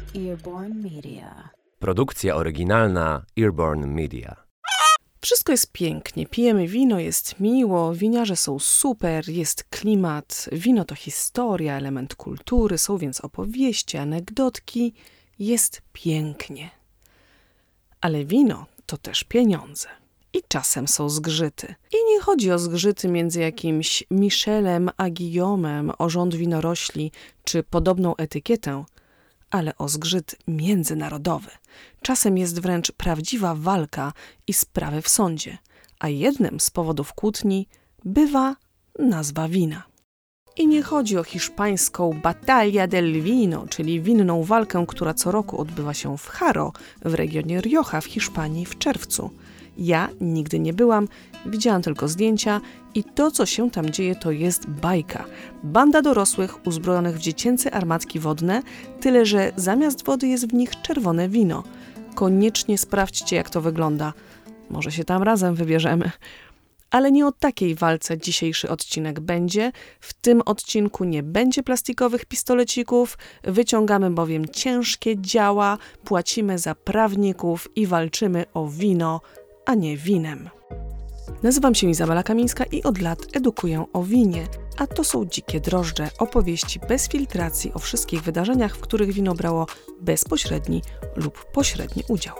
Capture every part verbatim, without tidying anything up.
Earborn Media. Produkcja oryginalna Earborn Media. Wszystko jest pięknie, pijemy wino, jest miło, winiarze są super, jest klimat, wino to historia, element kultury, są więc opowieści, anegdotki, jest pięknie. Ale wino to też pieniądze. I czasem są zgrzyty. I nie chodzi o zgrzyty między jakimś Michelem a Guillaumem, o rząd winorośli czy podobną etykietę, ale o zgrzyt międzynarodowy. Czasem jest wręcz prawdziwa walka i sprawy w sądzie, a jednym z powodów kłótni bywa nazwa wina. I nie chodzi o hiszpańską Battaglia del Vino, czyli winną walkę, która co roku odbywa się w Haro, w regionie Rioja w Hiszpanii w czerwcu. Ja nigdy nie byłam, widziałam tylko zdjęcia i to, co się tam dzieje, to jest bajka. Banda dorosłych uzbrojonych w dziecięce armatki wodne, tyle że zamiast wody jest w nich czerwone wino. Koniecznie sprawdźcie, jak to wygląda. Może się tam razem wybierzemy. Ale nie o takiej walce dzisiejszy odcinek będzie. W tym odcinku nie będzie plastikowych pistolecików, wyciągamy bowiem ciężkie działa, płacimy za prawników i walczymy o wino, a nie winem. Nazywam się Izabela Kamińska i od lat edukuję o winie, a to są Dzikie Drożdże, opowieści bez filtracji o wszystkich wydarzeniach, w których wino brało bezpośredni lub pośredni udział.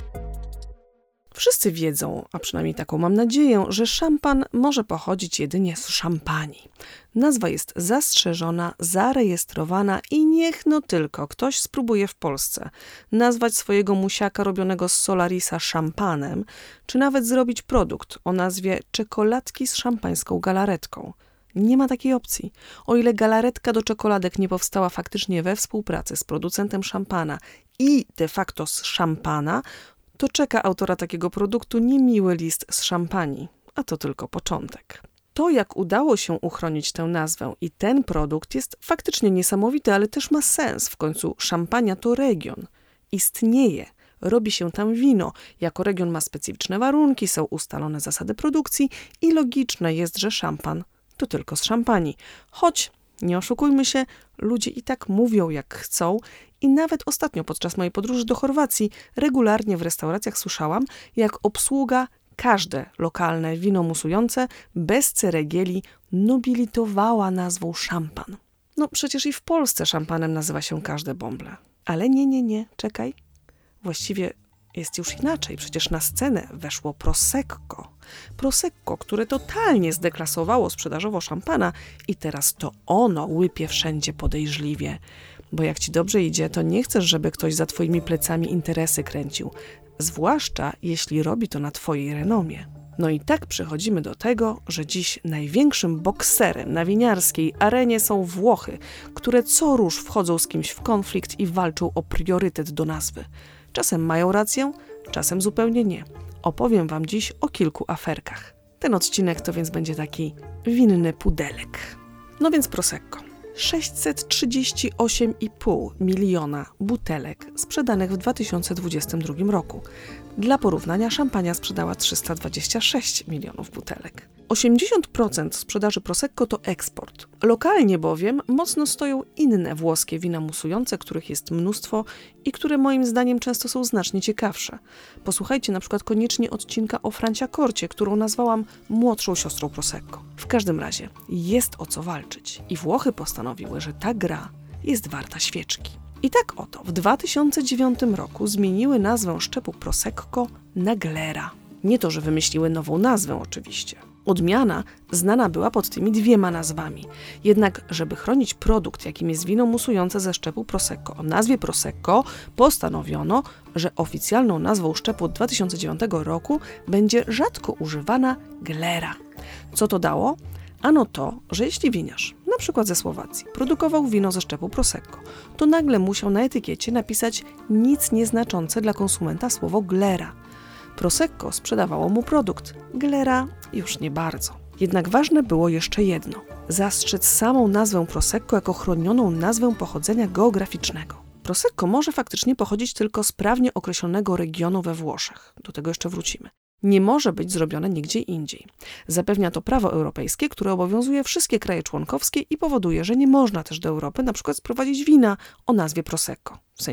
Wszyscy wiedzą, a przynajmniej taką mam nadzieję, że szampan może pochodzić jedynie z Szampanii. Nazwa jest zastrzeżona, zarejestrowana i niech no tylko ktoś spróbuje w Polsce nazwać swojego musiaka robionego z Solarisa szampanem, czy nawet zrobić produkt o nazwie czekoladki z szampańską galaretką. Nie ma takiej opcji. O ile galaretka do czekoladek nie powstała faktycznie we współpracy z producentem szampana i de facto z szampana, to czeka autora takiego produktu niemiły list z Szampanii, a to tylko początek. To, jak udało się uchronić tę nazwę i ten produkt jest faktycznie niesamowity, ale też ma sens. W końcu Szampania to region. Istnieje. Robi się tam wino. Jako region ma specyficzne warunki, są ustalone zasady produkcji i logiczne jest, że szampan to tylko z Szampanii. Choć, nie oszukujmy się, ludzie i tak mówią jak chcą i nawet ostatnio podczas mojej podróży do Chorwacji regularnie w restauracjach słyszałam, jak obsługa każde lokalne wino musujące bez ceregieli nobilitowała nazwą szampan. No przecież i w Polsce szampanem nazywa się każde bąble. Ale nie, nie, nie, czekaj. Właściwie jest już inaczej. Przecież na scenę weszło Prosecco. Prosecco, które totalnie zdeklasowało sprzedażowo szampana i teraz to ono łypie wszędzie podejrzliwie. Bo jak ci dobrze idzie, to nie chcesz, żeby ktoś za twoimi plecami interesy kręcił. Zwłaszcza jeśli robi to na twojej renomie. No i tak przechodzimy do tego, że dziś największym bokserem na winiarskiej arenie są Włochy, które co rusz wchodzą z kimś w konflikt i walczą o priorytet do nazwy. Czasem mają rację, czasem zupełnie nie. Opowiem wam dziś o kilku aferkach. Ten odcinek to więc będzie taki winny pudelek. No więc Prosecco. sześćset trzydzieści osiem i pół miliona butelek sprzedanych w dwa tysiące dwudziestym drugim roku. Dla porównania szampania sprzedała trzysta dwadzieścia sześć milionów butelek. osiemdziesiąt procent sprzedaży Prosecco to eksport. Lokalnie bowiem mocno stoją inne włoskie wina musujące, których jest mnóstwo i które moim zdaniem często są znacznie ciekawsze. Posłuchajcie na przykład koniecznie odcinka o Franciacorcie, którą nazwałam młodszą siostrą Prosecco. W każdym razie jest o co walczyć i Włochy postanowiły, że ta gra jest warta świeczki. I tak oto w dwa tysiące dziewiątym roku zmieniły nazwę szczepu Prosecco na Glera. Nie to, że wymyśliły nową nazwę oczywiście. Odmiana znana była pod tymi dwiema nazwami. Jednak, żeby chronić produkt, jakim jest wino musujące ze szczepu Prosecco o nazwie Prosecco, postanowiono, że oficjalną nazwą szczepu od dwa tysiące dziewiątego roku będzie rzadko używana Glera. Co to dało? Ano to, że jeśli winiarz, na przykład ze Słowacji, produkował wino ze szczepu Prosecco, to nagle musiał na etykiecie napisać nic nieznaczące dla konsumenta słowo Glera. Prosecco sprzedawało mu produkt, Glera już nie bardzo. Jednak ważne było jeszcze jedno – zastrzec samą nazwę Prosecco jako chronioną nazwę pochodzenia geograficznego. Prosecco może faktycznie pochodzić tylko z prawnie określonego regionu we Włoszech. Do tego jeszcze wrócimy. Nie może być zrobione nigdzie indziej. Zapewnia to prawo europejskie, które obowiązuje wszystkie kraje członkowskie i powoduje, że nie można też do Europy na przykład sprowadzić wina o nazwie Prosecco. W sensie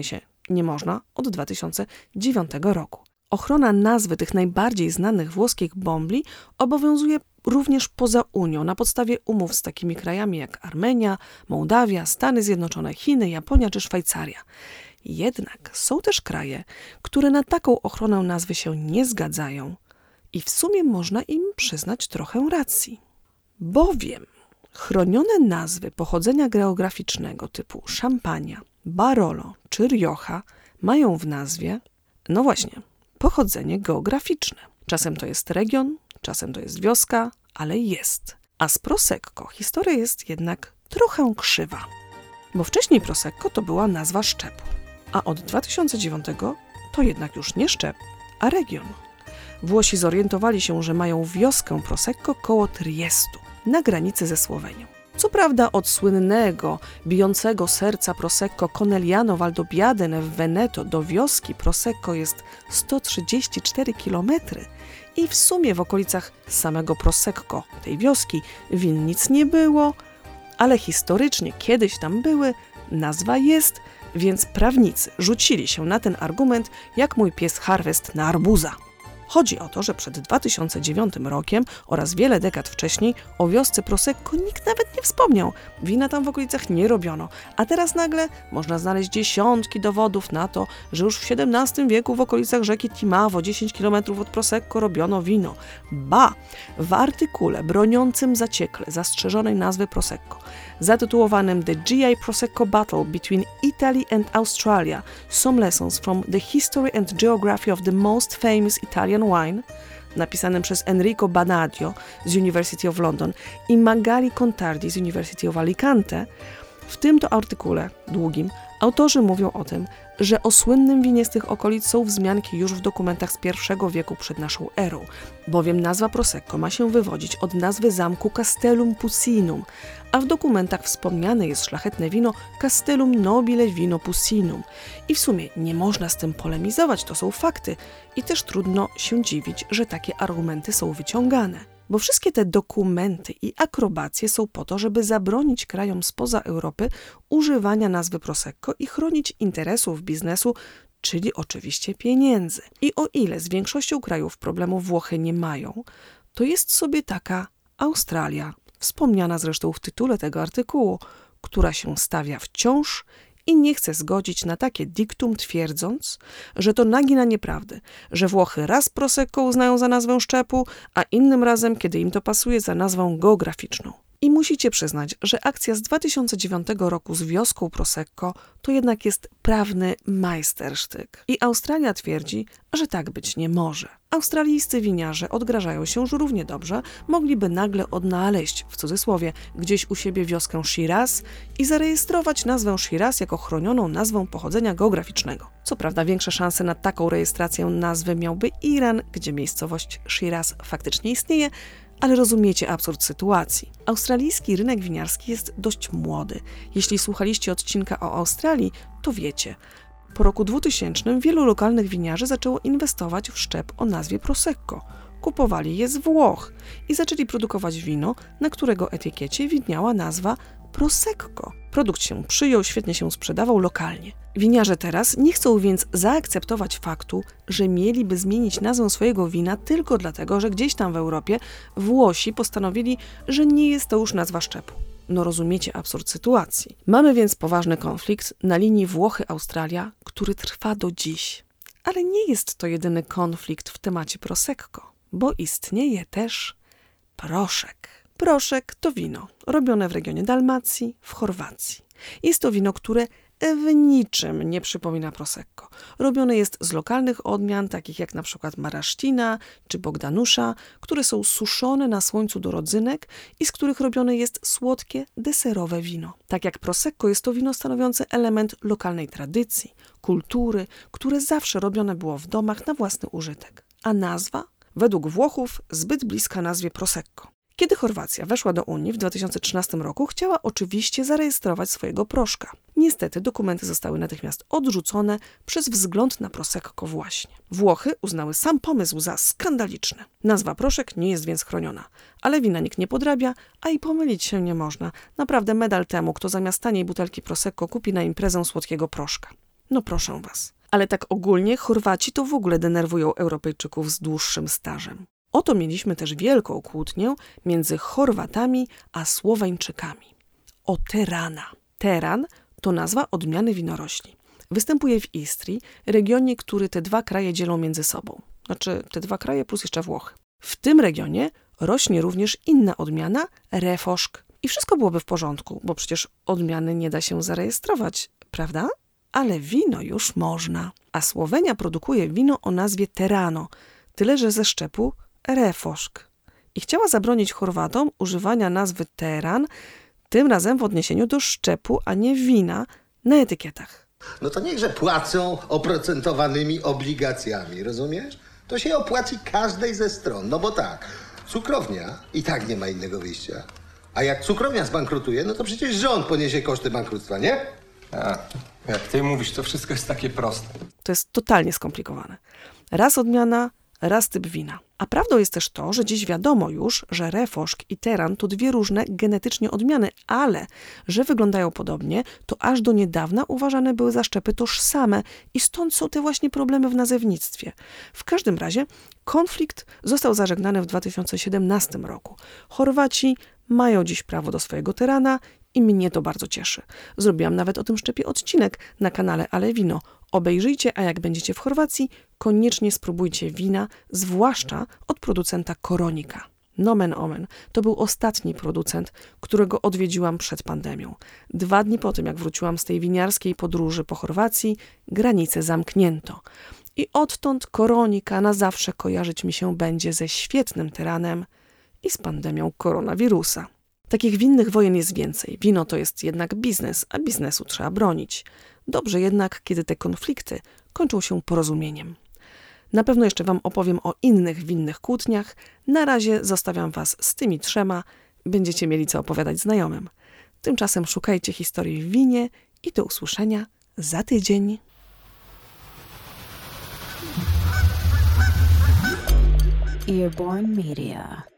Nie można od dwa tysiące dziewiątego roku. Ochrona nazwy tych najbardziej znanych włoskich bombli obowiązuje również poza Unią na podstawie umów z takimi krajami jak Armenia, Mołdawia, Stany Zjednoczone, Chiny, Japonia czy Szwajcaria. Jednak są też kraje, które na taką ochronę nazwy się nie zgadzają i w sumie można im przyznać trochę racji. Bowiem chronione nazwy pochodzenia geograficznego typu Szampania, Barolo czy Rioja mają w nazwie, no właśnie, pochodzenie geograficzne. Czasem to jest region, czasem to jest wioska, ale jest. A z Prosecco historia jest jednak trochę krzywa. Bo wcześniej Prosecco to była nazwa szczepu, a od dwa tysiące dziewiątego to jednak już nie szczep, a region. Włosi zorientowali się, że mają wioskę Prosecco koło Triestu, na granicy ze Słowenią. Co prawda od słynnego, bijącego serca Prosecco Conegliano Valdobbiadene w Veneto do wioski Prosecco jest sto trzydzieści cztery kilometry i w sumie w okolicach samego Prosecco, tej wioski, win nic nie było, ale historycznie kiedyś tam były, nazwa jest, więc prawnicy rzucili się na ten argument jak mój pies Harvest na arbuza. Chodzi o to, że przed dwa tysiące dziewiątym rokiem oraz wiele dekad wcześniej o wiosce Prosecco nikt nawet nie wspomniał. Wina tam w okolicach nie robiono, a teraz nagle można znaleźć dziesiątki dowodów na to, że już w siedemnastym wieku w okolicach rzeki Timavo, dziesięć kilometrów od Prosecco, robiono wino. Ba! W artykule broniącym zaciekle zastrzeżonej nazwy Prosecco, zatytułowanym The G I Prosecco Battle Between Italy and Australia, Some Lessons from the History and Geography of the Most Famous Italian Wine, napisanym przez Enrico Banadio z University of London i Magali Contardi z University of Alicante, w tym to artykule długim autorzy mówią o tym, że o słynnym winie z tych okolic są wzmianki już w dokumentach z pierwszego wieku przed naszą erą, bowiem nazwa Prosecco ma się wywodzić od nazwy zamku Castellum Pusinum, a w dokumentach wspomniane jest szlachetne wino Castellum Nobile Vino Pusinum. I w sumie nie można z tym polemizować, to są fakty i też trudno się dziwić, że takie argumenty są wyciągane. Bo wszystkie te dokumenty i akrobacje są po to, żeby zabronić krajom spoza Europy używania nazwy Prosecco i chronić interesów biznesu, czyli oczywiście pieniędzy. I o ile z większością krajów problemu Włochy nie mają, to jest sobie taka Australia, wspomniana zresztą w tytule tego artykułu, która się stawia wciąż i nie chce zgodzić na takie diktum, twierdząc, że to naginanie prawdy, że Włochy raz Prosecco uznają za nazwę szczepu, a innym razem, kiedy im to pasuje, za nazwę geograficzną. I musicie przyznać, że akcja z dwa tysiące dziewiątego roku z wioską Prosecco to jednak jest prawny majstersztyk. I Australia twierdzi, że tak być nie może. Australijscy winiarze odgrażają się, że równie dobrze mogliby nagle odnaleźć, w cudzysłowie, gdzieś u siebie wioskę Shiraz i zarejestrować nazwę Shiraz jako chronioną nazwę pochodzenia geograficznego. Co prawda większe szanse na taką rejestrację nazwy miałby Iran, gdzie miejscowość Shiraz faktycznie istnieje, ale rozumiecie absurd sytuacji. Australijski rynek winiarski jest dość młody. Jeśli słuchaliście odcinka o Australii, to wiecie. Po roku dwutysięcznym wielu lokalnych winiarzy zaczęło inwestować w szczep o nazwie Prosecco. Kupowali je z Włoch i zaczęli produkować wino, na którego etykiecie widniała nazwa Prosecco. Produkt się przyjął, świetnie się sprzedawał lokalnie. Winiarze teraz nie chcą więc zaakceptować faktu, że mieliby zmienić nazwę swojego wina tylko dlatego, że gdzieś tam w Europie Włosi postanowili, że nie jest to już nazwa szczepu. No rozumiecie absurd sytuacji. Mamy więc poważny konflikt na linii Włochy-Australia, który trwa do dziś. Ale nie jest to jedyny konflikt w temacie Prosecco, bo istnieje też proszek. Proszek to wino robione w regionie Dalmacji, w Chorwacji. Jest to wino, które w niczym nie przypomina Prosecco. Robione jest z lokalnych odmian, takich jak na przykład Marasztina czy Bogdanusza, które są suszone na słońcu do rodzynek i z których robione jest słodkie, deserowe wino. Tak jak Prosecco jest to wino stanowiące element lokalnej tradycji, kultury, które zawsze robione było w domach na własny użytek. A nazwa? Według Włochów zbyt bliska nazwie Prosecco. Kiedy Chorwacja weszła do Unii w dwa tysiące trzynastym roku, chciała oczywiście zarejestrować swojego proszka. Niestety dokumenty zostały natychmiast odrzucone przez wzgląd na Prosecco właśnie. Włochy uznały sam pomysł za skandaliczny. Nazwa proszek nie jest więc chroniona, ale wina nikt nie podrabia, a i pomylić się nie można. Naprawdę medal temu, kto zamiast taniej butelki Prosecco kupi na imprezę słodkiego proszka. No proszę was. Ale tak ogólnie Chorwaci to w ogóle denerwują Europejczyków z dłuższym stażem. Oto mieliśmy też wielką kłótnię między Chorwatami a Słoweńczykami. O terana. Teran to nazwa odmiany winorośli. Występuje w Istrii, regionie, który te dwa kraje dzielą między sobą. Znaczy te dwa kraje plus jeszcze Włochy. W tym regionie rośnie również inna odmiana, refoszk. I wszystko byłoby w porządku, bo przecież odmiany nie da się zarejestrować, prawda? Ale wino już można. A Słowenia produkuje wino o nazwie terano, tyle że ze szczepu refoszk. I chciała zabronić Chorwatom używania nazwy teran, tym razem w odniesieniu do szczepu, a nie wina, na etykietach. No to niechże płacą oprocentowanymi obligacjami, rozumiesz? To się opłaci każdej ze stron, no bo tak, cukrownia i tak nie ma innego wyjścia. A jak cukrownia zbankrutuje, no to przecież rząd poniesie koszty bankructwa, nie? A, jak ty mówisz, to wszystko jest takie proste. To jest totalnie skomplikowane. Raz odmiana, raz typ wina. A prawdą jest też to, że dziś wiadomo już, że refoszk i teran to dwie różne genetycznie odmiany, ale że wyglądają podobnie, to aż do niedawna uważane były za szczepy tożsame i stąd są te właśnie problemy w nazewnictwie. W każdym razie konflikt został zażegnany w dwa tysiące siedemnastym roku. Chorwaci mają dziś prawo do swojego terana i mnie to bardzo cieszy. Zrobiłam nawet o tym szczepie odcinek na kanale Ale Wino. Obejrzyjcie, a jak będziecie w Chorwacji, koniecznie spróbujcie wina, zwłaszcza od producenta Koronika. Nomen omen, to był ostatni producent, którego odwiedziłam przed pandemią. Dwa dni po tym, jak wróciłam z tej winiarskiej podróży po Chorwacji, granice zamknięto. I odtąd Koronika na zawsze kojarzyć mi się będzie ze świetnym teranem i z pandemią koronawirusa. Takich winnych wojen jest więcej. Wino to jest jednak biznes, a biznesu trzeba bronić. Dobrze jednak, kiedy te konflikty kończą się porozumieniem. Na pewno jeszcze wam opowiem o innych winnych kłótniach. Na razie zostawiam was z tymi trzema. Będziecie mieli co opowiadać znajomym. Tymczasem szukajcie historii w winie i do usłyszenia za tydzień. Earborn Media.